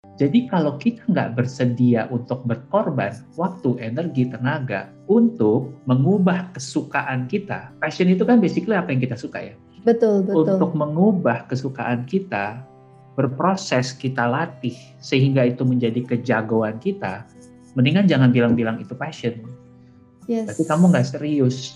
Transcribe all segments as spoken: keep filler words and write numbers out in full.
Jadi kalau kita nggak bersedia untuk berkorban waktu, energi, tenaga untuk mengubah kesukaan kita, passion itu kan basically apa yang kita suka ya. Betul, betul. Untuk mengubah kesukaan kita, berproses kita latih sehingga itu menjadi kejagoan kita, mendingan jangan bilang-bilang itu passion. Yes. Berarti kamu nggak serius.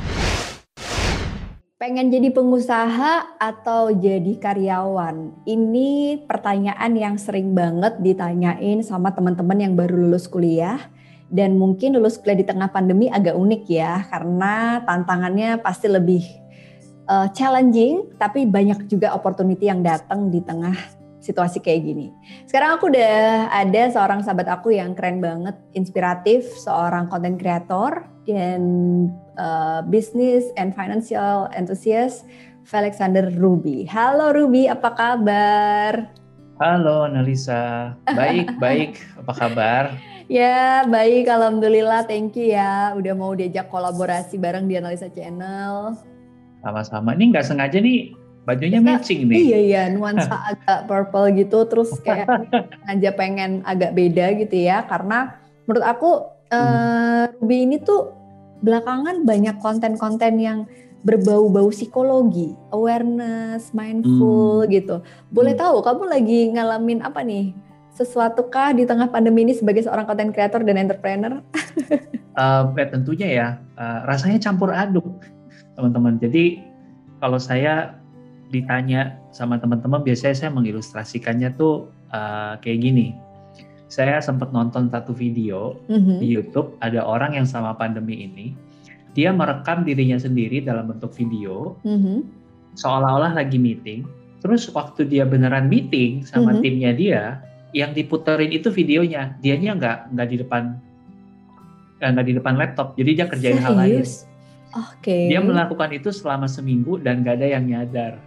Pengen jadi pengusaha atau jadi karyawan? Ini pertanyaan yang sering banget ditanyain sama teman-teman yang baru lulus kuliah. Dan mungkin lulus kuliah di tengah pandemi agak unik ya, karena tantangannya pasti lebih uh, challenging, tapi banyak juga opportunity yang datang di tengah situasi kayak gini. Sekarang aku udah ada seorang sahabat aku yang keren banget, inspiratif, seorang content creator dan uh, business and financial enthusiast, Felixander Ruby. Halo Ruby, apa kabar? Halo Analisa, baik, baik, apa kabar? Ya, baik, alhamdulillah, thank you ya. Udah mau diajak kolaborasi bareng di Analisa Channel. Sama-sama, ini nggak sengaja nih, bajunya Kita, matching nih. Iya, iya, nuansa agak purple gitu, terus kayak aja pengen agak beda gitu ya. Karena menurut aku, hmm. uh, Ruby ini tuh belakangan banyak konten-konten yang berbau-bau psikologi, awareness, mindful hmm. gitu. Boleh hmm. tahu kamu lagi ngalamin apa nih? Sesuatu kah di tengah pandemi ini sebagai seorang content creator dan entrepreneur? uh, ya tentunya ya, uh, rasanya campur aduk teman-teman. Jadi kalau saya ditanya sama teman-teman, biasanya saya mengilustrasikannya tuh uh, kayak gini. Saya sempat nonton satu video mm-hmm. di YouTube, ada orang yang sama pandemi ini, dia merekam dirinya sendiri dalam bentuk video, mm-hmm. seolah-olah lagi meeting, terus waktu dia beneran meeting sama mm-hmm. timnya dia, yang diputerin itu videonya, dianya nggak nggak di depan nggak di depan laptop, jadi dia kerjain Serius? hal lain. Okay. Dia melakukan itu selama seminggu dan nggak ada yang nyadar.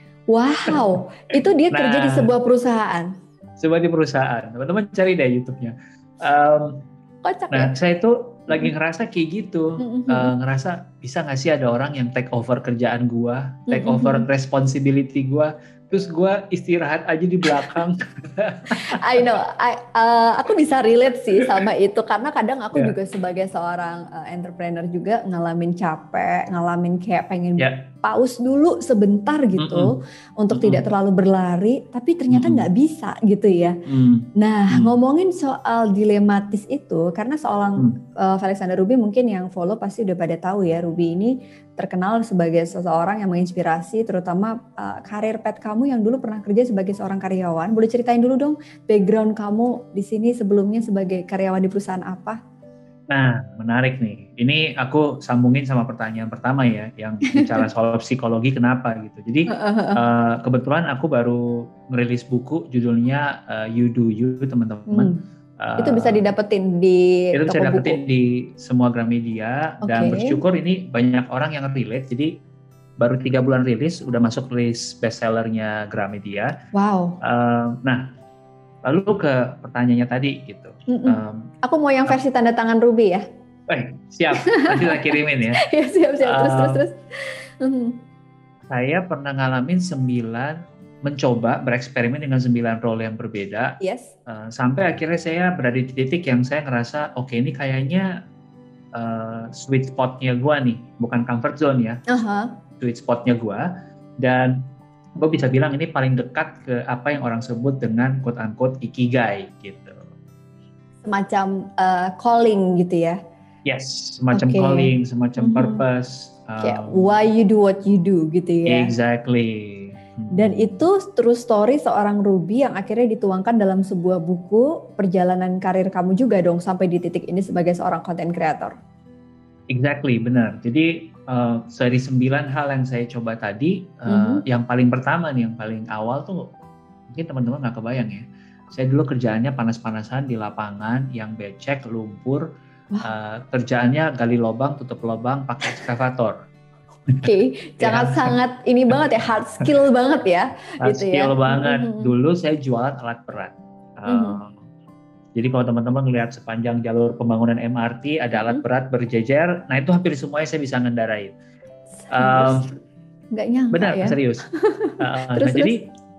Wow, itu dia nah, kerja di sebuah perusahaan. Sebuah di perusahaan, teman-teman cari deh YouTube-nya. Um, Kocak nah, ya? saya tuh lagi ngerasa kayak gitu, mm-hmm. uh, ngerasa bisa nggak sih ada orang yang take over kerjaan gua, take mm-hmm. over responsibility gua, terus gua istirahat aja di belakang. I know, I, uh, aku bisa relate sih sama itu karena kadang aku yeah. juga sebagai seorang uh, entrepreneur juga ngalamin capek, ngalamin kayak pengen yeah. pause dulu sebentar gitu mm-hmm. untuk mm-hmm. tidak terlalu berlari, tapi ternyata nggak mm-hmm. bisa gitu ya. Mm-hmm. Nah mm-hmm. ngomongin soal dilematis itu, karena seorang mm-hmm. uh, Felixander Ruby mungkin yang follow pasti udah pada tahu ya, Ruby ini terkenal sebagai seseorang yang menginspirasi, terutama uh, karir pet kamu yang dulu pernah kerja sebagai seorang karyawan. Boleh ceritain dulu dong background kamu di sini sebelumnya sebagai karyawan di perusahaan apa? Nah, menarik nih. Ini aku sambungin sama pertanyaan pertama ya, yang bicara soal psikologi kenapa gitu. Jadi uh, kebetulan aku baru ngerilis buku judulnya uh, You Do You, teman-teman. Hmm. Uh, itu bisa didapetin di itu toko bisa dapetin buku. Di semua Gramedia okay. Dan bersyukur ini banyak orang yang relate. Jadi baru tiga bulan rilis udah masuk list bestsellernya Gramedia. Wow. Uh, nah, lalu ke pertanyaannya tadi gitu. Um, Aku mau yang versi tanda tangan Ruby ya. Eh siap, nanti kita kirimin ya. Ya siap siap terus um, terus terus. Uh-huh. Saya pernah ngalamin sembilan mencoba bereksperimen dengan sembilan role yang berbeda. Yes. Uh, sampai akhirnya saya berada di titik yang saya ngerasa oke okay, ini kayaknya uh, sweet spotnya gue nih, bukan comfort zone ya. Uh-huh. Sweet spotnya gue, dan gue bisa bilang ini paling dekat ke apa yang orang sebut dengan quote unquote ikigai gitu. Semacam uh, calling gitu ya. Yes, semacam okay. calling, semacam mm-hmm. purpose. Kayak um, why you do what you do gitu ya. Exactly. Dan itu true story seorang Ruby yang akhirnya dituangkan dalam sebuah buku perjalanan karir kamu juga dong sampai di titik ini sebagai seorang content creator. Exactly, benar. Jadi uh, dari sembilan hal yang saya coba tadi, uh, mm-hmm. yang paling pertama nih, yang paling awal tuh mungkin teman-teman nggak kebayang ya. Saya dulu kerjaannya panas-panasan di lapangan yang becek, lumpur, wow. uh, kerjaannya gali lubang, tutup lubang, pakai ekskavator. Oke, okay. Jangan ya. Sangat ini banget ya, hard skill banget ya. Hard gitu skill ya. banget. Mm-hmm. Dulu saya jualan alat berat. Uh, mm-hmm. Jadi kalau teman-teman lihat sepanjang jalur pembangunan M R T ada mm-hmm. alat berat berjejer, nah itu hampir semuanya saya bisa ngendarain. Um, Nggak nyangka benar, ya. serius. uh, terus, nah, jadi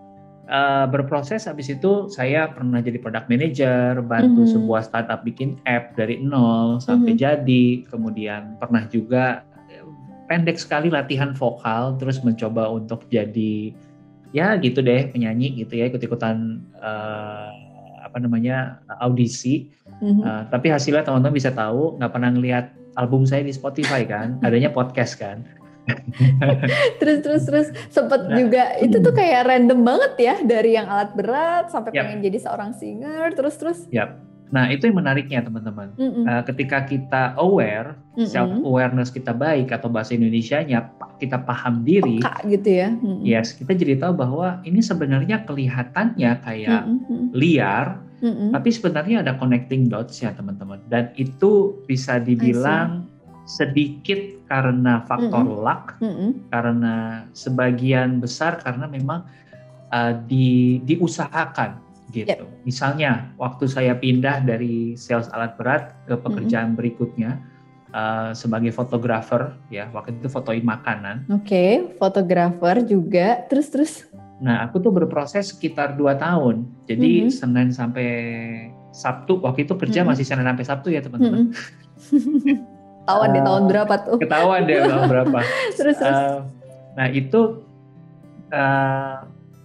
uh, berproses habis itu saya pernah jadi product manager, bantu Mhm. sebuah startup bikin app dari nol sampai Mhm. jadi, kemudian pernah juga eh, pendek sekali latihan vokal, terus mencoba untuk jadi ya gitu deh penyanyi gitu ya, ikut-ikutan uh, apa namanya audisi. Mhm. Uh, tapi hasilnya teman-teman bisa tahu, nggak pernah ngelihat album saya di Spotify kan, adanya podcast kan. Terus terus terus sempet Nah, juga itu tuh kayak random banget ya, dari yang alat berat sampai pengen yap, jadi seorang singer terus terus. yap. Nah itu yang menariknya teman-teman. Uh, Mm-mm. ketika kita aware, self Mm-mm. awareness kita baik atau bahasa Indonesianya kita paham diri, Peka gitu ya. Mm-mm. yes kita jadi tahu bahwa ini sebenarnya kelihatannya kayak Mm-mm. liar, Mm-mm. tapi sebenarnya ada connecting dots ya teman-teman. Dan itu bisa I see. dibilang sedikit karena faktor Mm-mm. luck, Mm-mm. karena sebagian besar karena memang uh, di, diusahakan gitu. Yep. Misalnya waktu saya pindah dari sales alat berat ke pekerjaan Mm-mm. berikutnya uh, sebagai fotografer ya, waktu itu fotoin makanan. Oke, okay. Fotografer juga. Terus terus. Nah aku tuh berproses sekitar dua tahun. Jadi mm-hmm. Senin sampai Sabtu, waktu itu kerja mm-hmm. masih Senin sampai Sabtu ya teman-teman. Mm-hmm. Ketahuan uh, di tahun berapa tuh? Ketahuan deh tahun berapa. Terus terus. Uh, nah itu uh,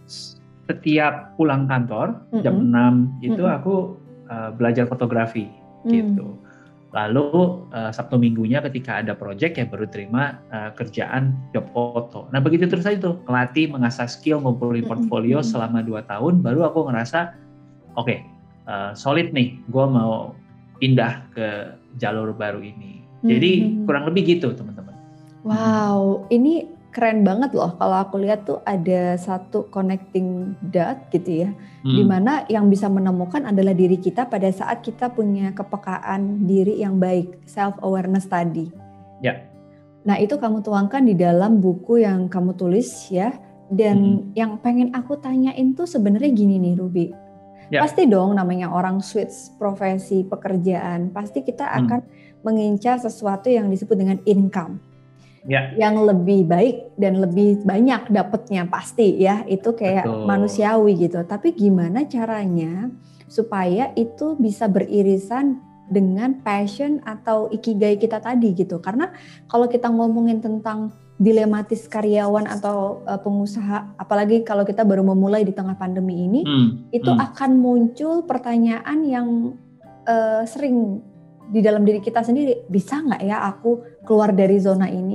setiap pulang kantor mm-hmm. jam enam itu mm-hmm. aku uh, belajar fotografi mm. gitu. Lalu uh, Sabtu minggunya ketika ada project ya baru terima uh, kerjaan job foto. Nah begitu terus aja tuh, melatih, mengasah skill, ngumpulin portfolio mm-hmm. selama dua tahun, baru aku ngerasa oke, okay, uh, solid nih, gue mau pindah ke jalur baru ini. Jadi mm-hmm. kurang lebih gitu teman-teman. Wow, hmm. ini keren banget loh kalau aku lihat tuh ada satu connecting dot gitu ya, hmm. dimana yang bisa menemukan adalah diri kita pada saat kita punya kepekaan diri yang baik, self awareness tadi. Ya. Nah itu kamu tuangkan di dalam buku yang kamu tulis ya, dan hmm. yang pengen aku tanyain tuh sebenarnya gini nih Ruby, ya. Pasti dong namanya orang switch profesi pekerjaan, pasti kita akan hmm. mengincar sesuatu yang disebut dengan income. Ya. Yang lebih baik dan lebih banyak dapatnya pasti ya, itu kayak Betul. Manusiawi gitu. Tapi gimana caranya supaya itu bisa beririsan dengan passion atau ikigai kita tadi gitu? Karena kalau kita ngomongin tentang dilematis karyawan atau uh, pengusaha, apalagi kalau kita baru memulai di tengah pandemi ini, hmm. itu hmm. akan muncul pertanyaan yang uh, sering di dalam diri kita sendiri, bisa nggak ya aku keluar dari zona ini?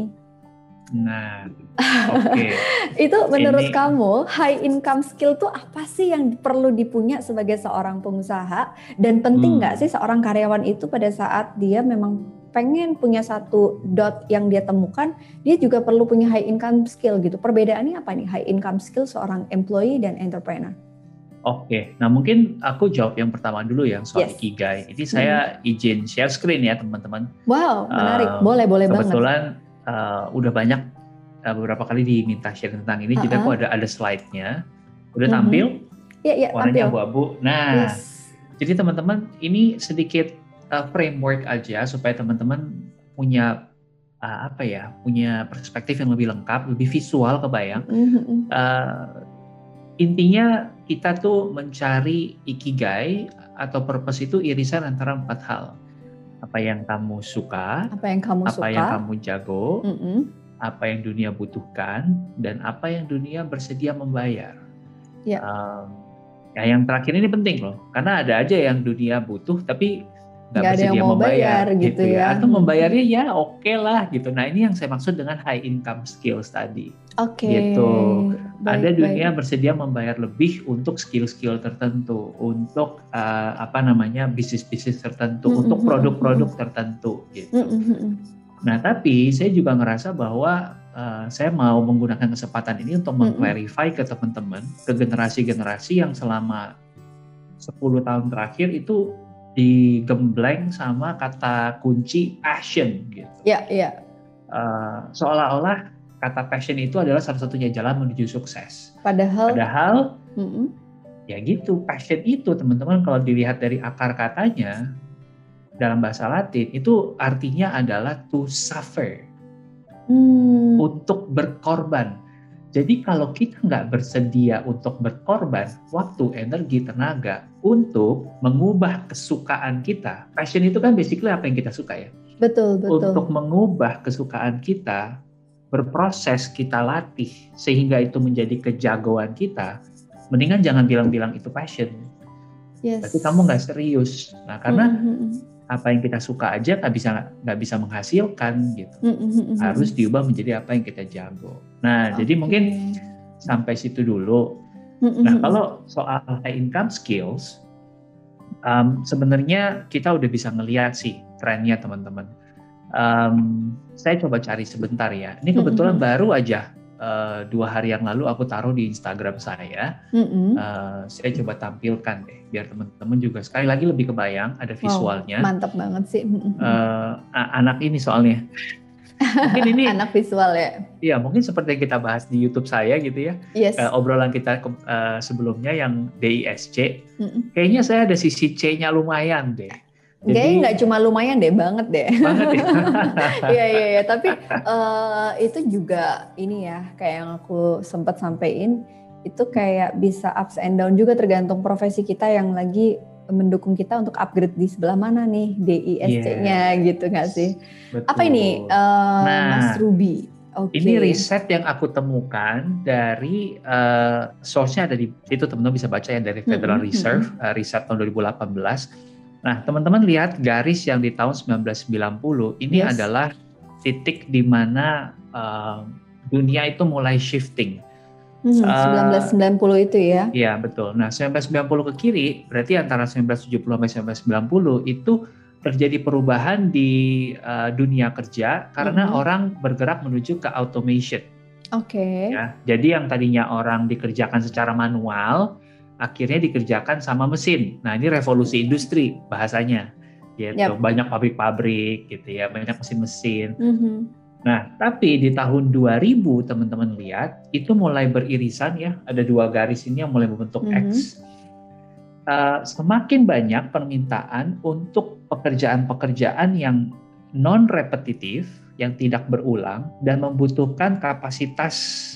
Nah, oke. Okay. Itu menurut ini... kamu high income skill tuh apa sih yang perlu dipunya sebagai seorang pengusaha? Dan penting nggak hmm. sih seorang karyawan itu pada saat dia memang pengen punya satu dot yang dia temukan, dia juga perlu punya high income skill gitu. Perbedaannya apa nih high income skill seorang employee dan entrepreneur? Oke, nah mungkin aku jawab yang pertama dulu yang soal yes. Ikigai. Ini saya hmm. izin share screen ya teman-teman. Wow, menarik. Uh, boleh, boleh banget. Kebetulan uh, udah banyak uh, beberapa kali diminta share tentang ini. Uh-huh. Jadi aku ada ada slide-nya. Udah uh-huh. tampil? Iya, yeah, yeah, warnanya abu-abu. Nah, yes. jadi teman-teman ini sedikit uh, framework aja supaya teman-teman punya uh, apa ya, punya perspektif yang lebih lengkap, lebih visual kebayang. Uh-huh. Uh, Intinya kita tuh mencari ikigai atau purpose itu irisan antara empat hal. Apa yang kamu suka, apa yang kamu, apa suka. Yang kamu jago, mm-hmm. apa yang dunia butuhkan, dan apa yang dunia bersedia membayar. Yeah. Um, ya yang terakhir ini penting loh, karena ada aja yang dunia butuh tapi nggak bersedia ada yang mau membayar bayar, gitu ya. Atau membayarnya ya oke okay lah gitu. Nah ini yang saya maksud dengan high income skills tadi. Oke. Okay. Gitu. Baik, ada dunia baik. bersedia membayar lebih untuk skill-skill tertentu, untuk uh, apa namanya bisnis-bisnis tertentu, mm-hmm. untuk produk-produk tertentu gitu. Mm-hmm. Nah tapi saya juga ngerasa bahwa uh, saya mau menggunakan kesempatan ini untuk mm-hmm. mengclarify ke teman-teman, ke generasi-generasi yang selama sepuluh tahun terakhir itu digembleng sama kata kunci passion gitu. Iya, iya. Uh, seolah-olah kata passion itu adalah salah satunya jalan menuju sukses. Padahal, Padahal mm-mm. ya gitu, passion itu teman-teman kalau dilihat dari akar katanya dalam bahasa Latin itu artinya adalah to suffer, hmm. untuk berkorban. Jadi kalau kita nggak bersedia untuk berkorban waktu, energi, tenaga untuk mengubah kesukaan kita, passion itu kan basically apa yang kita suka ya. Betul, betul. Untuk mengubah kesukaan kita, berproses kita latih sehingga itu menjadi kejagoan kita, mendingan jangan bilang-bilang itu passion. Yes. Berarti kamu nggak serius. Nah, karena Mm-hmm. apa yang kita suka aja nggak bisa nggak bisa menghasilkan gitu. Mm-hmm. Harus diubah menjadi apa yang kita jago. Nah, okay. Jadi mungkin sampai situ dulu. Mm-hmm. Nah, kalau soal high income skills, um, sebenarnya kita udah bisa ngelihat sih trennya teman-teman. Um, saya coba cari sebentar ya. Ini kebetulan mm-hmm. baru aja uh, dua hari yang lalu aku taruh di Instagram saya. Mm-hmm. Uh, saya coba tampilkan deh, biar teman-teman juga sekali lagi lebih kebayang ada visualnya. Wow, mantap banget sih. Uh, anak ini soalnya. Mungkin ini anak visual ya. Iya, mungkin seperti yang kita bahas di YouTube saya gitu ya. Yes. Uh, obrolan kita uh, sebelumnya yang D I S C. Mm-hmm. Kayaknya saya ada sisi C-nya lumayan deh. Kayaknya nggak cuma lumayan deh, banget deh. Banget ya. Iya iya iya. Tapi uh, itu juga ini ya, kayak yang aku sempat sampein, itu kayak bisa ups and down juga tergantung profesi kita yang lagi mendukung kita untuk upgrade di sebelah mana nih D I S C-nya yes. gitu nggak sih? Betul. Apa ini uh, nah, Mas Ruby? Okay. Ini riset yang aku temukan dari uh, source-nya ada di situ, teman-teman bisa baca ya, dari Federal mm-hmm. Reserve, uh, riset tahun dua ribu delapan belas. Nah, teman-teman lihat garis yang di tahun sembilan belas sembilan puluh ini yes. adalah titik di mana uh, dunia itu mulai shifting. Hmm, sembilan belas sembilan puluh itu ya? Iya, betul. Nah, sembilan belas sembilan puluh ke kiri, berarti antara sembilan belas tujuh puluh sampai sembilan belas sembilan puluh itu terjadi perubahan di uh, dunia kerja karena mm-hmm. orang bergerak menuju ke automation. Oke. Okay. Ya, jadi yang tadinya orang dikerjakan secara manual, akhirnya dikerjakan sama mesin. Nah, ini revolusi industri bahasanya, gitu. Yep. Banyak pabrik-pabrik, gitu ya, banyak mesin-mesin. Mm-hmm. Nah, tapi di tahun dua ribu teman-teman lihat itu mulai beririsan ya, ada dua garis ini yang mulai membentuk mm-hmm. X. Uh, semakin banyak permintaan untuk pekerjaan-pekerjaan yang non-repetitif, yang tidak berulang dan membutuhkan kapasitas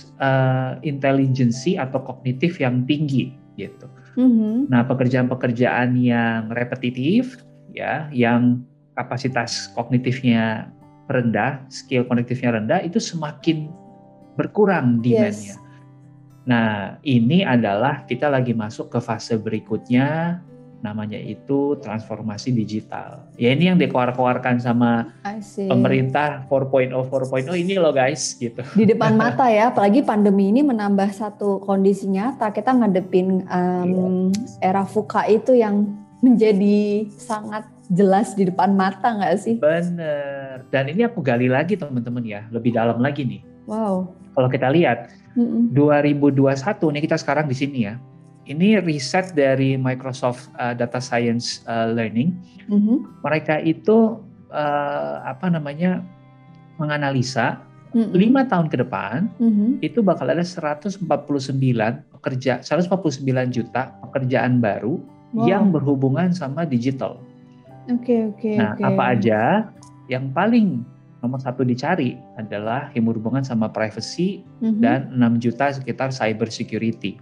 uh, intelijensi atau kognitif yang tinggi, gitu. Mm-hmm. Nah, pekerjaan-pekerjaan yang repetitif, ya, yang kapasitas kognitifnya rendah, skill kognitifnya rendah, itu semakin berkurang demand-nya. Yes. Nah, ini adalah kita lagi masuk ke fase berikutnya, namanya itu transformasi digital. Ya, ini yang dikeluarkan sama pemerintah empat titik nol empat titik nol ini loh guys, gitu. Di depan mata ya, apalagi pandemi ini menambah satu kondisi nyata, kita ngadepin um, yeah. era VUCA itu yang menjadi sangat jelas di depan mata nggak sih? Bener. Dan ini aku gali lagi teman-teman ya, lebih dalam lagi nih. Wow. Kalau kita lihat mm-mm. dua ribu dua puluh satu nih kita sekarang di sini ya. Ini riset dari Microsoft uh, Data Science uh, Learning. Mm-hmm. Mereka itu uh, apa namanya menganalisa mm-hmm. lima tahun ke depan mm-hmm. itu bakal ada seratus empat puluh sembilan pekerja, seratus empat puluh sembilan juta pekerjaan baru wow. yang berhubungan sama digital. Oke okay, oke. Okay, nah okay. apa aja yang paling nomor satu dicari adalah yang berhubungan sama privacy mm-hmm. dan enam juta sekitar cyber security.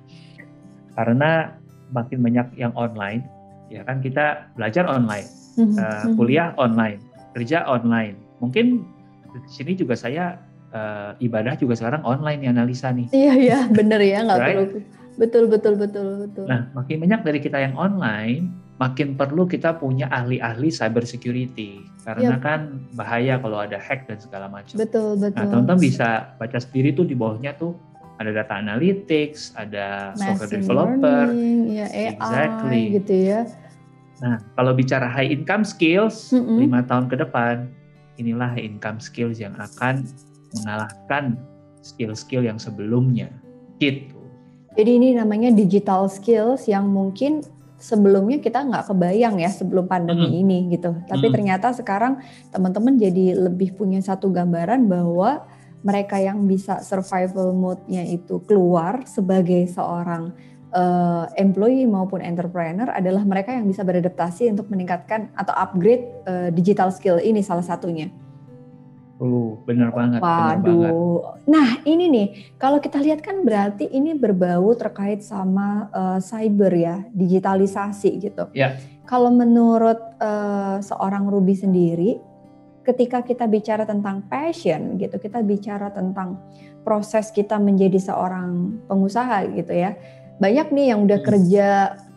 Karena makin banyak yang online, ya kan kita belajar online, mm-hmm. uh, kuliah online, kerja online. Mungkin di sini juga saya uh, ibadah juga sekarang online nih analisa nih. Iya iya benar ya nggak right? perlu. Betul betul betul betul. Nah makin banyak dari kita yang online, makin perlu kita punya ahli-ahli cyber security karena yep. kan bahaya kalau ada hack dan segala macam. Betul betul. Nah teman-teman bisa baca sendiri tuh di bawahnya tuh ada data analytics, ada machine software developer, learning, ya, A I exactly. gitu ya. Nah kalau bicara high income skills mm-hmm. lima tahun ke depan, inilah high income skills yang akan mengalahkan skill-skill yang sebelumnya, gitu. Jadi ini namanya digital skills yang mungkin sebelumnya kita nggak kebayang ya sebelum pandemi mm. ini gitu. Tapi mm. ternyata sekarang teman-teman jadi lebih punya satu gambaran bahwa mereka yang bisa survival mode-nya itu keluar sebagai seorang uh, employee maupun entrepreneur adalah mereka yang bisa beradaptasi untuk meningkatkan atau upgrade uh, digital skill ini salah satunya. Uh, bener banget, bener banget. Waduh. Nah ini nih, kalau kita lihat kan berarti ini berbau terkait sama uh, cyber ya, digitalisasi gitu. Ya. Kalau menurut uh, seorang Ruby sendiri, ketika kita bicara tentang passion gitu, kita bicara tentang proses kita menjadi seorang pengusaha gitu ya. Banyak nih yang udah Hmm. kerja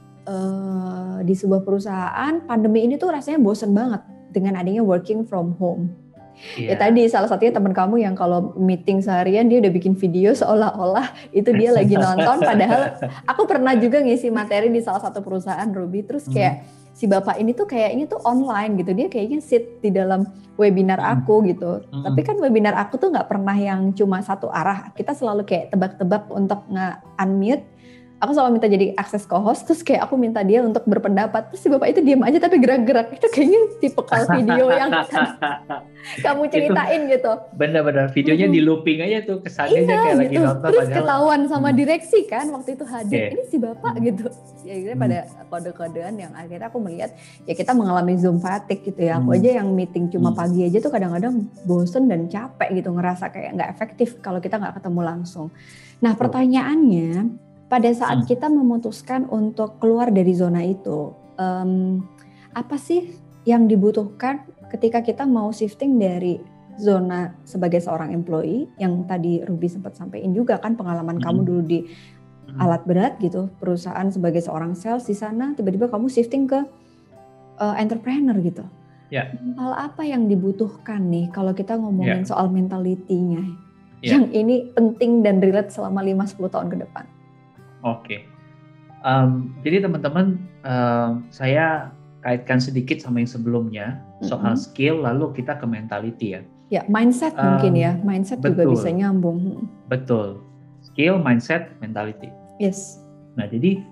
uh, di sebuah perusahaan, pandemi ini tuh rasanya bosen banget dengan adanya working from home. Iya. Ya tadi salah satunya teman kamu yang kalau meeting seharian dia udah bikin video seolah-olah itu dia lagi nonton, padahal aku pernah juga ngisi materi di salah satu perusahaan Ruby, terus kayak hmm. si bapak ini tuh kayaknya tuh online gitu, dia kayaknya sit di dalam webinar hmm. aku gitu, hmm. tapi kan webinar aku tuh nggak pernah yang cuma satu arah, kita selalu kayak tebak-tebak untuk nge-unmute. Aku selalu minta jadi akses co-host, terus kayak aku minta dia untuk berpendapat, terus si bapak itu diam aja tapi gerak-gerak. Itu kayaknya tipe kal video yang kamu ceritain itu, gitu. Bener-bener, videonya hmm. di looping aja tuh, kesannya iya, kayak gitu. lagi nonton. Terus ketahuan sama hmm. direksi kan, waktu itu hadir, yeah. ini si bapak hmm. gitu. Ya akhirnya hmm. pada kode-kodean yang akhirnya aku melihat, ya kita mengalami Zoom fatigue gitu ya. Aku hmm. aja yang meeting cuma hmm. pagi aja tuh kadang-kadang bosen dan capek gitu, ngerasa kayak gak efektif kalau kita gak ketemu langsung. Nah pertanyaannya, pada saat hmm. kita memutuskan untuk keluar dari zona itu, um, apa sih yang dibutuhkan ketika kita mau shifting dari zona sebagai seorang employee, yang tadi Ruby sempat sampaikan juga kan pengalaman hmm. kamu dulu di hmm. alat berat gitu, perusahaan sebagai seorang sales di sana, tiba-tiba kamu shifting ke uh, entrepreneur gitu. Yeah. Mental apa yang dibutuhkan nih kalau kita ngomongin yeah. soal mentalitinya, yeah. yang ini penting dan relate selama lima sampai sepuluh tahun ke depan? Oke, okay. um, jadi teman-teman, um, saya kaitkan sedikit sama yang sebelumnya soal mm-hmm. skill, lalu kita ke mentality ya. Ya, mindset um, mungkin ya, mindset betul, juga bisa nyambung. Betul, skill, mindset, mentality. Yes. Nah jadi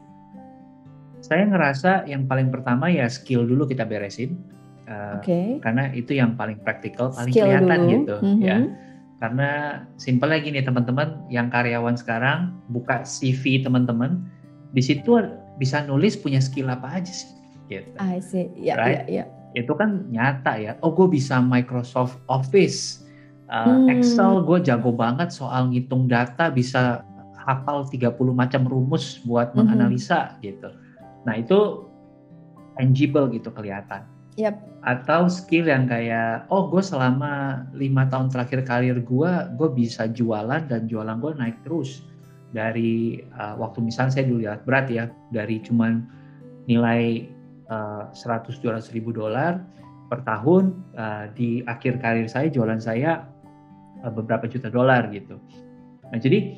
saya ngerasa yang paling pertama ya skill dulu kita beresin, uh, okay. karena itu yang paling praktikal, paling skill kelihatan dulu. Gitu mm-hmm. ya. Karena simpelnya gini teman-teman, yang karyawan sekarang buka C V teman-teman, di situ bisa nulis punya skill apa aja sih. Gitu. I see, ya, right? ya, ya. Itu kan nyata ya. Oh, gue bisa Microsoft Office, uh, hmm. Excel, gue jago banget soal ngitung data, bisa hafal tiga puluh macam rumus buat mm-hmm. menganalisa gitu. Nah itu tangible gitu kelihatan. Yep. Atau skill yang kayak, oh gue selama lima tahun terakhir karir gue, gue bisa jualan dan jualan gue naik terus. Dari uh, waktu misalnya saya dulu alat berat ya, dari cuman nilai uh, seratus dua ratus ribu dolar per tahun, uh, di akhir karir saya jualan saya uh, beberapa juta dolar gitu. Nah jadi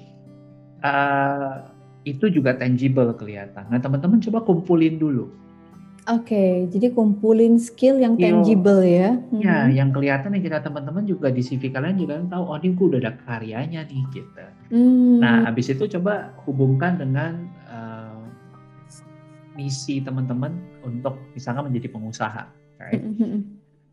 uh, itu juga tangible kelihatan. Nah teman-teman coba kumpulin dulu. Oke, okay, jadi kumpulin skill yang skill, tangible ya. Ya, hmm. yang kelihatan yang kita teman-teman juga di C V kalian juga tahu, oh ini gue udah ada karyanya nih gitu. Hmm. Nah, habis itu coba hubungkan dengan uh, misi teman-teman untuk misalkan menjadi pengusaha. Right? Hmm.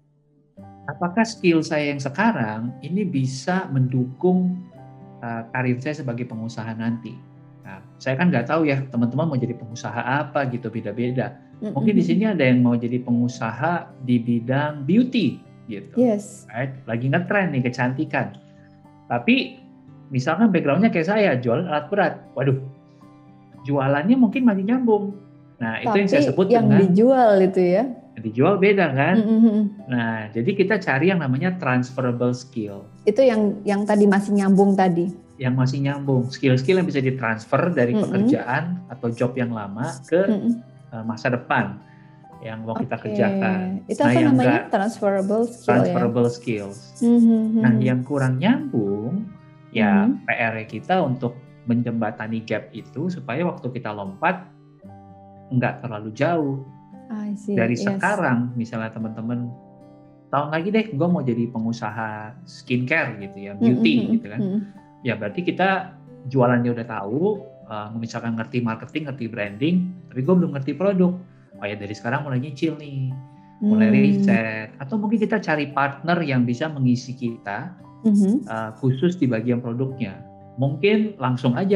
Apakah skill saya yang sekarang ini bisa mendukung uh, karir saya sebagai pengusaha nanti? Nah, saya kan nggak tahu ya teman-teman mau jadi pengusaha apa gitu, beda-beda. Mungkin mm-hmm. di sini ada yang mau jadi pengusaha di bidang beauty gitu, yes. right? Lagi ngetren nih kecantikan. Tapi misalkan backgroundnya kayak saya jualan alat berat, waduh, jualannya mungkin masih nyambung. Nah itu tapi yang saya sebut yang dengan dijual itu ya. Dijual beda kan? Mm-hmm. Nah jadi kita cari yang namanya transferable skill. Itu yang yang tadi masih nyambung tadi. Yang masih nyambung, skill-skill yang bisa ditransfer dari mm-hmm. pekerjaan atau job yang lama ke mm-hmm. masa depan yang mau kita okay. kerjakan. Itu nah, apa yang namanya? Transferable skill transferable ya? skills. Mm-hmm. Nah, yang kurang nyambung ya mm-hmm. P R kita untuk menjembatani gap itu supaya waktu kita lompat nggak terlalu jauh. I see. Dari yes. sekarang, misalnya teman-teman tahun lagi deh, gue mau jadi pengusaha skincare gitu ya, beauty mm-hmm. gitu kan. Mm-hmm. Ya berarti kita jualannya udah tahu. Uh, misalkan ngerti marketing, ngerti branding, tapi gue belum ngerti produk. Oh ya dari sekarang mulai nyicil nih, mulai hmm. riset, atau mungkin kita cari partner yang bisa mengisi kita hmm. uh, khusus di bagian produknya. Mungkin langsung aja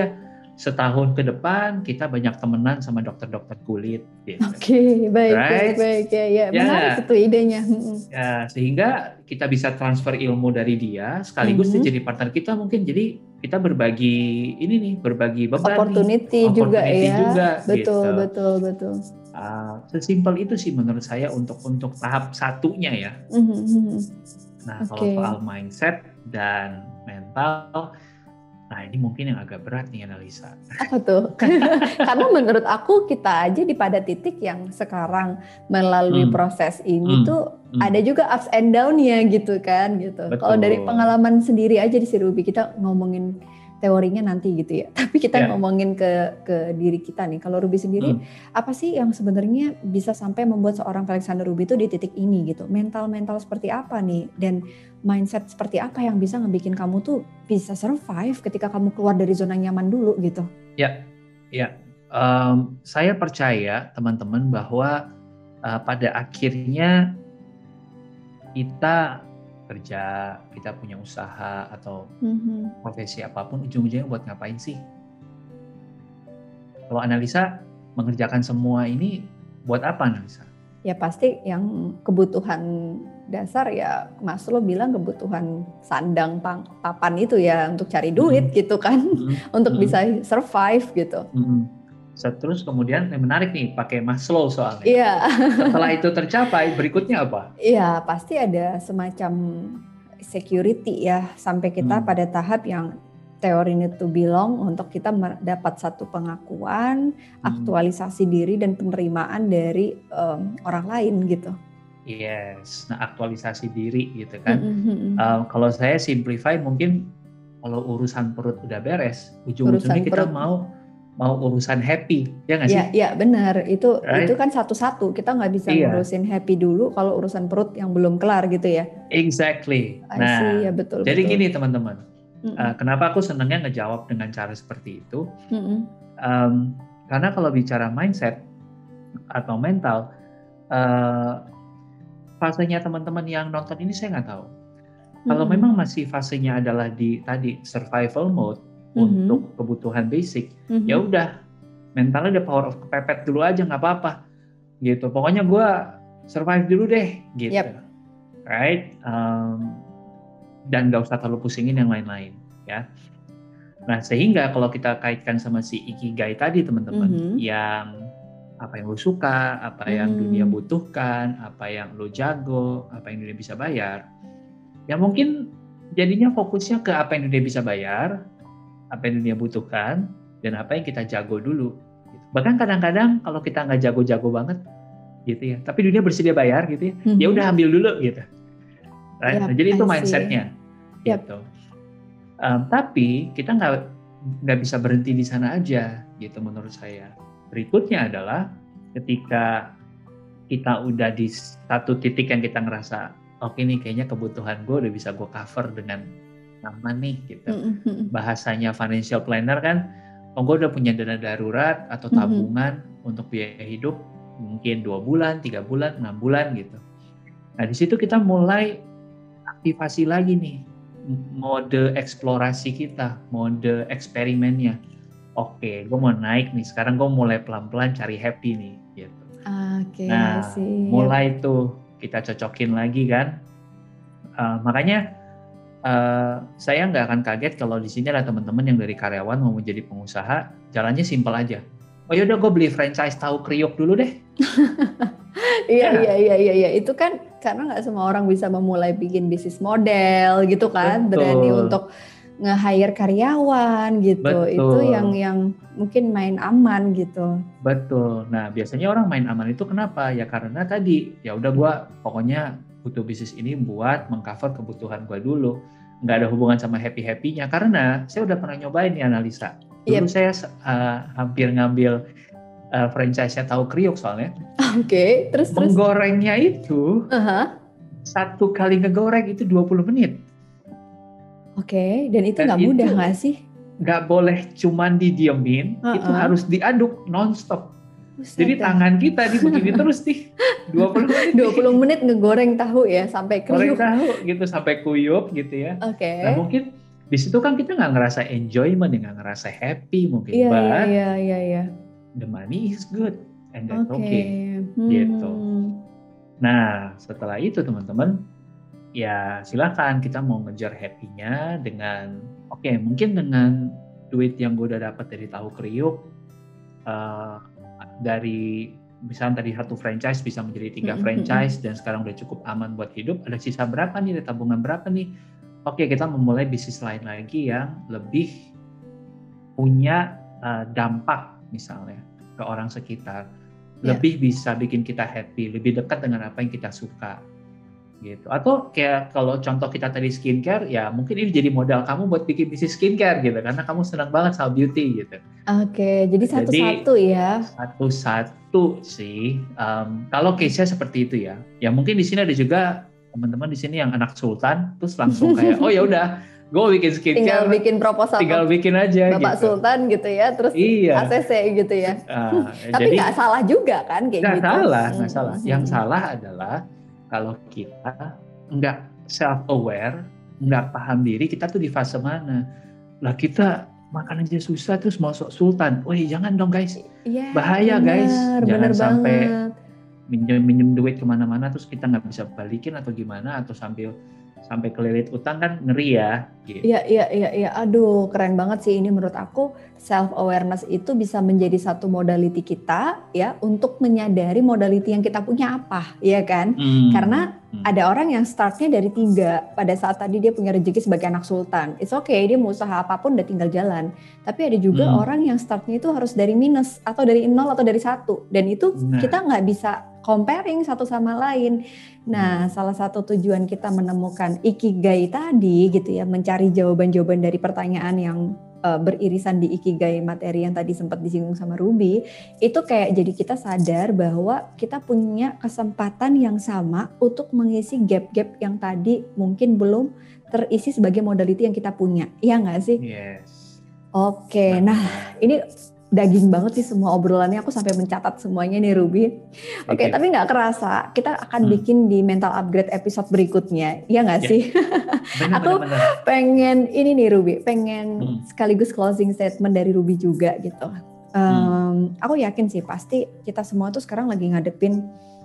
setahun ke depan kita banyak temenan sama dokter-dokter kulit gitu. Oke, baik, Right? baik, baik. Ya, ya, Ya, menarik itu idenya. Mm-mm. ya, sehingga kita bisa transfer ilmu dari dia, sekaligus dia Mhm. jadi partner kita mungkin. Jadi kita berbagi ini nih, berbagi beban Opportunity nih, juga opportunity ya. juga Betul, gitu. betul, betul. Uh, sesimpel itu sih menurut saya untuk untuk tahap satunya ya. Mhm. Nah, Oke. kalau soal mindset dan mental, nah ini mungkin yang agak berat nih analisa. Apa tuh? Karena menurut aku kita aja di pada titik yang sekarang melalui Hmm. proses ini Hmm. tuh Hmm. ada juga ups and down-nya gitu kan gitu. Kalau dari Betul. pengalaman sendiri aja di si Ruby, kita ngomongin teorinya nanti gitu ya. Tapi kita Ya. ngomongin ke ke diri kita nih. Kalau Ruby sendiri, Hmm. apa sih yang sebenarnya bisa sampai membuat seorang Alexander Ruby itu di titik ini gitu? Mental-mental seperti apa nih? Dan mindset seperti apa yang bisa ngebikin kamu tuh bisa survive ketika kamu keluar dari zona nyaman dulu gitu? Ya, ya. Um, saya percaya teman-teman bahwa uh, pada akhirnya kita kerja, kita punya usaha atau Mm-hmm. profesi apapun, ujung-ujungnya buat ngapain sih? Kalau analisa mengerjakan semua ini buat apa analisa? Ya pasti yang kebutuhan dasar ya Maslow bilang kebutuhan sandang pang, papan itu ya untuk cari duit mm-hmm. gitu kan, mm-hmm. untuk mm-hmm. bisa survive gitu. Mm-hmm. Terus kemudian yang menarik nih pakai Maslow soalnya. Iya. Setelah itu tercapai, berikutnya apa? Iya, pasti ada semacam security ya sampai kita hmm. pada tahap yang teori need to belong untuk kita mendapat satu pengakuan, hmm. aktualisasi diri dan penerimaan dari um, orang lain gitu. Yes, nah aktualisasi diri gitu kan. Mm-hmm. Uh, kalau saya simplify mungkin kalau urusan perut udah beres, ujung-ujungnya kita perut. mau mau urusan happy, ya nggak sih? Iya, ya, benar. Itu right? Itu kan satu-satu. Kita nggak bisa iya. ngurusin happy dulu kalau urusan perut yang belum kelar gitu ya. Exactly. I nah, see, ya, betul, jadi betul. gini teman-teman. Uh, kenapa aku senangnya ngejawab dengan cara seperti itu? Um, karena kalau bicara mindset atau mental, uh, fasenya teman-teman yang nonton ini saya nggak tahu. Kalau mm-hmm. memang masih fasenya adalah di tadi survival mode mm-hmm. untuk kebutuhan basic, mm-hmm. ya udah mentalnya udah power of kepepet dulu aja nggak apa-apa, gitu. Pokoknya gue survive dulu deh, gitu, yep. right? Um, dan nggak usah terlalu pusingin yang lain-lain, ya. Nah sehingga kalau kita kaitkan sama si ikigai tadi teman-teman, mm-hmm. yang apa yang lo suka, apa mm-hmm. yang dunia butuhkan, apa yang lo jago, apa yang dunia bisa bayar. Ya mungkin jadinya fokusnya ke apa yang dunia bisa bayar, apa yang dunia butuhkan, dan apa yang kita jago dulu. Bahkan kadang-kadang kalau kita nggak jago-jago banget, gitu ya, tapi dunia bersedia bayar, gitu ya, mm-hmm. ya udah ambil dulu, gitu. Right? Yep, nah, jadi itu mindsetnya, yep. gitu. Um, tapi kita nggak nggak bisa berhenti di sana aja, gitu menurut saya. Berikutnya adalah ketika kita udah di satu titik yang kita ngerasa oke nih kayaknya kebutuhan gue udah bisa gue cover dengan aman nih gitu. Mm-hmm. Bahasanya financial planner kan, oh gue udah punya dana darurat atau tabungan mm-hmm. untuk biaya hidup mungkin dua bulan, tiga bulan, enam bulan gitu. Nah di situ kita mulai aktivasi lagi nih mode eksplorasi kita, mode eksperimennya. Oke, gue mau naik nih. Sekarang gue mulai pelan-pelan cari happy nih gitu. Oke, nah sih. mulai tuh kita cocokin lagi kan. Uh, makanya uh, saya nggak akan kaget kalau di sini ada teman-teman yang dari karyawan mau menjadi pengusaha, jalannya simpel aja. Oh yaudah gue beli franchise tahu kriuk dulu deh. Iya iya iya iya ya. Itu kan karena nggak semua orang bisa memulai bikin bisnis model gitu kan. Betul. Berani untuk nge-hire karyawan gitu. Betul. Itu yang yang mungkin main aman gitu. Betul. Nah biasanya orang main aman itu kenapa? Ya karena tadi ya udah gue pokoknya butuh bisnis ini buat mengcover kebutuhan gue dulu. Nggak ada hubungan sama happy-happynya. Karena saya udah pernah nyobain nih analisa. Dulu yep. saya uh, hampir ngambil uh, franchise-nya tahu kriuk soalnya. Oke, okay, terus terus. Menggorengnya itu uh-huh. satu kali ngegoreng itu dua puluh menit. Oke, okay, dan itu nggak mudah nggak sih? Nggak boleh cuman didiemin, uh-uh. itu harus diaduk nonstop. Buset Jadi ya. Tangan kita di begini terus nih dua puluh menit. dua puluh menit ngegoreng tahu ya sampai kriuk. Goreng tahu gitu sampai kuyup gitu ya. Oke. Okay. Nah mungkin di situ kan kita nggak ngerasa enjoyment, nggak ngerasa happy mungkin, Iya, iya, but iya, iya, iya. the money is good and that's Oke. okay, Hmm. gitu. Nah, setelah itu teman-teman, ya silakan kita mau ngejar happy-nya dengan, oke okay, mungkin dengan duit yang gue udah dapat dari tahu kriuk, uh, dari misalnya tadi satu franchise bisa menjadi tiga franchise dan sekarang udah cukup aman buat hidup, ada sisa berapa nih, ada tabungan berapa nih? Oke, kita memulai bisnis lain lagi yang lebih punya uh, dampak misalnya ke orang sekitar, yeah. lebih bisa bikin kita happy, lebih dekat dengan apa yang kita suka. Gitu. Atau kayak kalau contoh kita tadi skincare, ya mungkin ini jadi modal kamu buat bikin bisnis skincare gitu, karena kamu senang banget sama beauty gitu. Oke, jadi satu-satu ya. Satu-satu sih. Um, kalau case-nya seperti itu ya. Ya mungkin di sini ada juga teman-teman di sini yang anak sultan, terus langsung kayak, oh ya udah, gue bikin skincare. Tinggal bikin proposal. Tinggal bikin aja. Bapak gitu. Sultan gitu ya, terus iya. A C C gitu ya. Uh, Tapi nggak salah juga kan kayak gak gitu. Nggak salah, nggak hmm. salah. Yang salah adalah kalau kita nggak self-aware, nggak paham diri, kita tuh di fase mana. Lah kita makan aja susah terus mau sok sultan. Wih jangan dong guys, ya, bahaya bener, guys. Jangan bener sampai banget. minjem-minjem duit kemana-mana terus kita nggak bisa balikin atau gimana, atau sambil sampai kelilit utang kan ngeri ya. Iya, gitu. iya, iya, iya. Aduh, keren banget sih ini menurut aku. Self awareness itu bisa menjadi satu modality kita ya untuk menyadari modality yang kita punya apa, ya kan? Hmm. Karena hmm. ada orang yang startnya dari tiga pada saat tadi dia punya rezeki sebagai anak sultan. It's okay, dia mau usaha apapun udah tinggal jalan. Tapi ada juga hmm. orang yang startnya itu harus dari minus atau dari nol atau dari satu, dan itu nah. kita nggak bisa comparing satu sama lain. Nah, salah satu tujuan kita menemukan ikigai tadi gitu ya, mencari jawaban-jawaban dari pertanyaan yang uh, beririsan di ikigai materi yang tadi sempat disinggung sama Ruby, itu kayak jadi kita sadar bahwa kita punya kesempatan yang sama untuk mengisi gap-gap yang tadi mungkin belum terisi sebagai modality yang kita punya. Iya nggak sih? Yes. Oke, nah, nah ini daging banget sih semua obrolannya, aku sampai mencatat semuanya nih Ruby. Oke, okay, tapi nggak kerasa kita akan hmm. bikin di mental upgrade episode berikutnya, iya nggak yeah. sih? Bener, aku bener, bener. pengen ini nih Ruby, pengen hmm. sekaligus closing statement dari Ruby juga gitu. Um, hmm. Aku yakin sih pasti kita semua tuh sekarang lagi ngadepin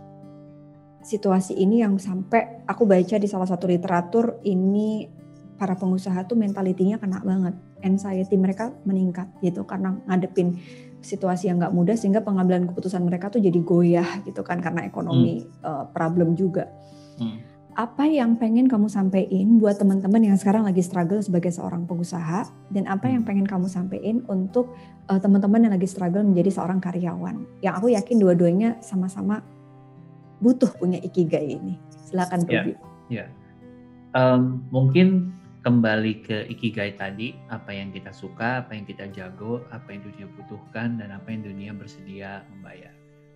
situasi ini yang sampai aku baca di salah satu literatur ini para pengusaha tuh mentalitinya kena banget, anxiety mereka meningkat gitu karena ngadepin situasi yang nggak mudah sehingga pengambilan keputusan mereka tuh jadi goyah gitu kan karena ekonomi hmm. uh, problem juga. Hmm. Apa yang pengen kamu sampaikan buat teman-teman yang sekarang lagi struggle sebagai seorang pengusaha, dan apa yang pengen kamu sampaikan untuk uh, teman-teman yang lagi struggle menjadi seorang karyawan? Yang aku yakin dua-duanya sama-sama butuh punya ikigai ini. Silakan Ruby. Ya, yeah. um, mungkin kembali ke ikigai tadi, apa yang kita suka, apa yang kita jago, apa yang dunia butuhkan, dan apa yang dunia bersedia membayar.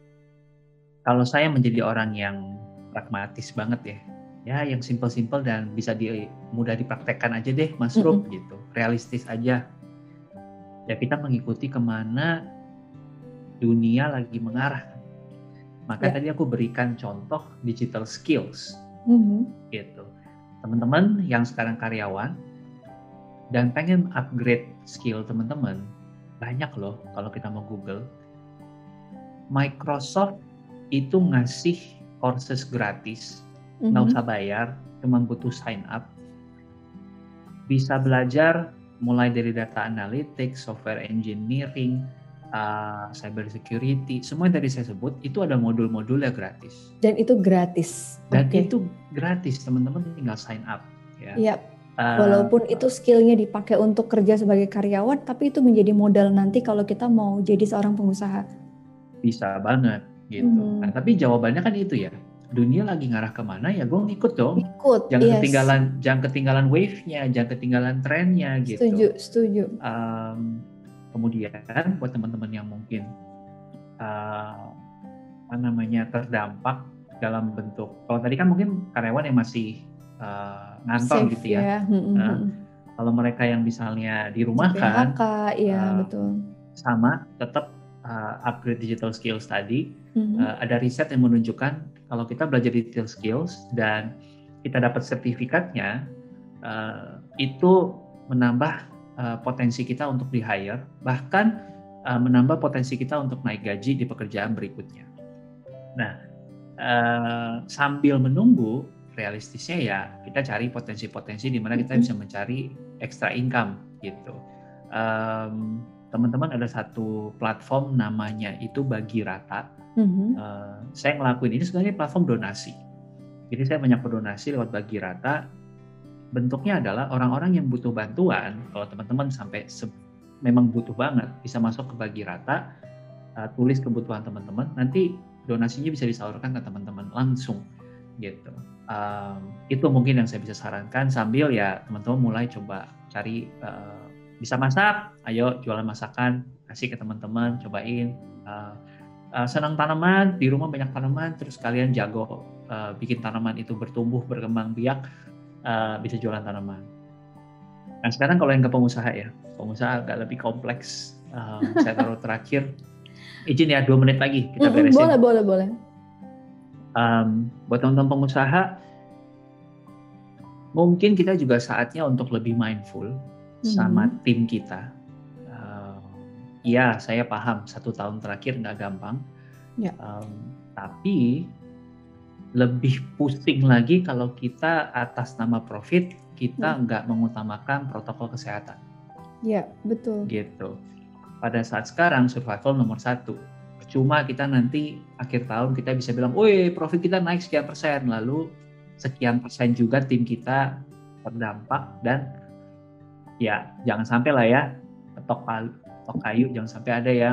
Kalau saya menjadi orang yang pragmatis banget ya, ya yang simple-simple dan bisa di, mudah dipraktekkan aja deh Mas Rub mm-hmm. gitu, realistis aja. Ya kita mengikuti kemana dunia lagi mengarah. Maka yeah. tadi aku berikan contoh digital skills, mm-hmm. gitu. Teman-teman yang sekarang karyawan dan pengen upgrade skill teman-teman, banyak loh kalau kita mau Google. Microsoft itu ngasih courses gratis, mm-hmm. nggak usah bayar, cuma butuh sign up. Bisa belajar mulai dari data analytics, software engineering, uh, cyber security, semua yang tadi saya sebut itu ada modul-modulnya gratis. Dan itu gratis. Dan okay. itu gratis, teman-teman tinggal sign up. Ya. Yep. Uh, Walaupun itu skillnya dipakai untuk kerja sebagai karyawan, tapi itu menjadi modal nanti kalau kita mau jadi seorang pengusaha. Bisa banget gitu. Hmm. Nah, tapi jawabannya kan itu ya. Dunia lagi ngarah kemana ya, gue ngikut dong. Ikut. Jangan yes. ketinggalan, jangan ketinggalan wave-nya, jangan ketinggalan trennya gitu. Setuju, setuju. Um, kemudian buat teman-teman yang mungkin uh, apa namanya terdampak dalam bentuk, kalau tadi kan mungkin karyawan yang masih uh, ngantor safe, gitu ya. ya. Mm-hmm. Nah, kalau mereka yang misalnya dirumahkan, P H K, iya uh, betul. Sama, tetap uh, upgrade digital skills tadi. Mm-hmm. Uh, ada riset yang menunjukkan kalau kita belajar digital skills dan kita dapat sertifikatnya, uh, itu menambah uh, potensi kita untuk di hire, bahkan uh, menambah potensi kita untuk naik gaji di pekerjaan berikutnya. Nah, uh, sambil menunggu, realistisnya ya kita cari potensi-potensi di mana kita bisa mencari extra income gitu. Um, teman-teman ada satu platform namanya itu Bagi Rata. Mm-hmm. Uh, saya ngelakuin ini sebenarnya platform donasi. Jadi saya banyak berdonasi lewat Bagi Rata. Bentuknya adalah orang-orang yang butuh bantuan. Kalau teman-teman sampai se- memang butuh banget, bisa masuk ke Bagi Rata, uh, tulis kebutuhan teman-teman, nanti donasinya bisa disalurkan ke teman-teman langsung gitu. Um, itu mungkin yang saya bisa sarankan sambil ya teman-teman mulai coba cari uh, bisa masak, ayo jualan masakan, kasih ke teman-teman, cobain. Uh, uh, senang tanaman, di rumah banyak tanaman, terus kalian jago uh, bikin tanaman itu bertumbuh, berkembang biak, uh, bisa jualan tanaman. Nah sekarang kalau yang ke pengusaha ya, pengusaha agak lebih kompleks. Um, saya taruh terakhir, izin ya dua menit lagi kita beresin. Boleh, boleh, boleh. Um, buat teman-teman pengusaha, mungkin kita juga saatnya untuk lebih mindful sama hmm. tim kita. Uh, ya, saya paham satu tahun terakhir nggak gampang. Ya. Um, tapi lebih pusing lagi kalau kita atas nama profit kita hmm. nggak mengutamakan protokol kesehatan. Ya, betul. Gitu. Pada saat sekarang survival nomor satu. Cuma kita nanti akhir tahun kita bisa bilang, woi profit kita naik sekian persen, lalu sekian persen juga tim kita terdampak dan ya jangan sampai lah ya ketok kayu, ketok kayu jangan sampai ada yang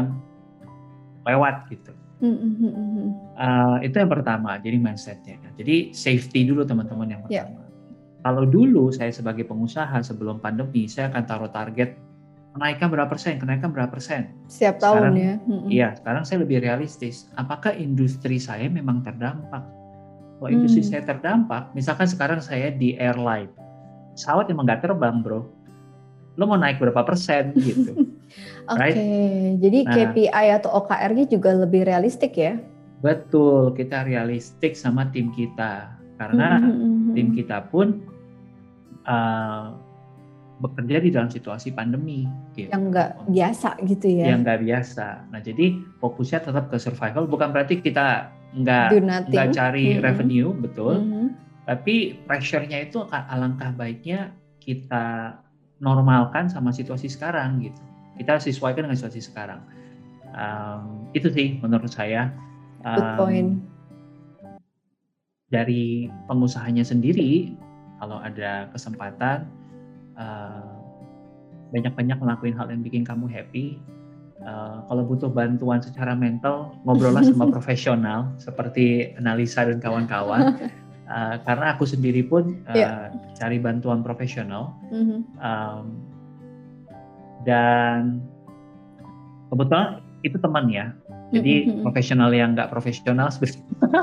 lewat gitu. Mm-hmm. Uh, itu yang pertama, jadi mindsetnya. Jadi safety dulu teman-teman yang pertama. Yeah. Kalau dulu saya sebagai pengusaha sebelum pandemi saya akan taruh target kenaikan berapa persen, kenaikan berapa persen. Setiap sekarang, tahun ya. Mm-hmm. Iya, sekarang saya lebih realistis. Apakah industri saya memang terdampak? Kalau industri mm. saya terdampak, misalkan sekarang saya di airline, pesawat emang nggak terbang bro. Lo mau naik berapa persen gitu. Oke, okay. Jadi nah, K P I atau O K R-nya juga lebih realistik ya? Betul, kita realistik sama tim kita. Karena mm-hmm. tim kita pun uh, bekerja di dalam situasi pandemi. Gitu. Yang nggak biasa gitu ya? Yang nggak biasa. Nah jadi fokusnya tetap ke survival, bukan berarti kita nggak nggak cari mm-hmm. revenue, betul. Mm-hmm. Tapi pressure-nya itu alangkah baiknya kita normalkan sama situasi sekarang gitu. Kita sesuaikan dengan situasi sekarang. Um, itu sih menurut saya. Um, Good point. Dari pengusahanya sendiri, kalau ada kesempatan, uh, banyak-banyak ngelakuin hal yang bikin kamu happy. Uh, kalau butuh bantuan secara mental, ngobrollah sama profesional seperti Analisa dan kawan-kawan. Uh, karena aku sendiri pun uh, yeah. cari bantuan profesional. Mm-hmm. Um, Dan kebetulan itu teman ya, jadi mm-hmm. profesional yang nggak profesional sebenarnya.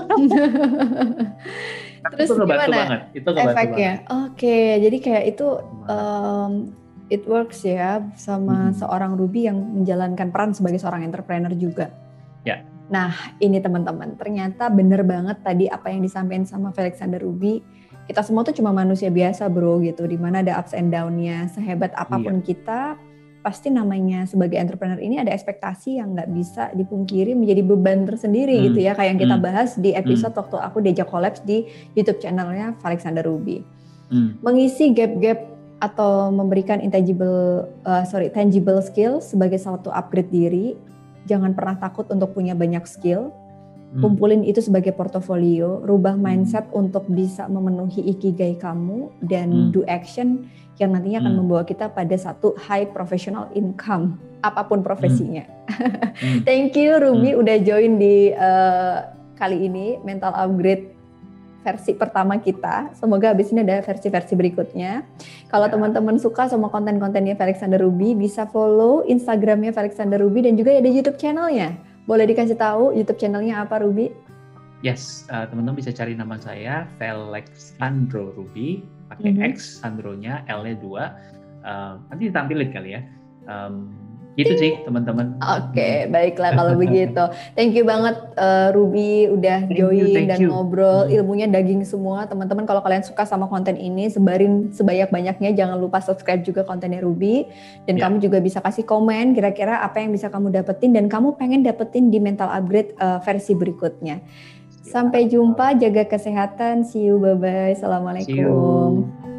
Terus itu ngebantu banget, itu ngebantu efeknya? Oke, okay, jadi kayak itu um, it works ya sama mm-hmm. seorang Ruby yang menjalankan peran sebagai seorang entrepreneur juga. Ya. Nah ini teman-teman, ternyata bener banget tadi apa yang disampaikan sama Felixander Ruby. Kita semua tuh cuma manusia biasa bro gitu, dimana ada ups and down-nya. Sehebat apapun iya. kita, pasti namanya sebagai entrepreneur ini ada ekspektasi yang nggak bisa dipungkiri menjadi beban tersendiri hmm. gitu ya, kayak yang kita hmm. bahas di episode hmm. waktu aku diajak collab di YouTube channelnya Felixander Ruby. Hmm. Mengisi gap-gap atau memberikan intangible, uh, sorry tangible skill sebagai satu upgrade diri. Jangan pernah takut untuk punya banyak skill. Hmm. Kumpulin itu sebagai portofolio, rubah mindset hmm. untuk bisa memenuhi ikigai kamu dan hmm. do action yang nantinya akan hmm. membawa kita pada satu high professional income apapun profesinya. Hmm. Thank you Ruby hmm. udah join di uh, kali ini Mental Upgrade versi pertama kita. Semoga habis ini ada versi-versi berikutnya. Kalau yeah. teman-teman suka sama konten-kontennya Felixander Ruby, bisa follow Instagramnya Felixander Ruby dan juga ada YouTube channelnya. Boleh dikasih tahu YouTube channelnya apa Ruby? Yes, uh, teman-teman bisa cari nama saya Felixandro Ruby. Pakai mm-hmm. X, Sandronya, L-nya dua, uh, nanti ditampilin kali ya. Um, Gitu sih teman-teman. Oke, okay, Hmm. baiklah kalau begitu. Thank you banget uh, Ruby udah Thank you, join thank dan you. ngobrol. Hmm. Ilmunya daging semua. Teman-teman kalau kalian suka sama konten ini, sebarin sebanyak-banyaknya. Jangan lupa subscribe juga kontennya Ruby. Dan Ya. kamu juga bisa kasih komen kira-kira apa yang bisa kamu dapetin dan kamu pengen dapetin di Mental Upgrade uh, versi berikutnya. Sampai jumpa, jaga kesehatan. See you, bye-bye. See Assalamualaikum. you.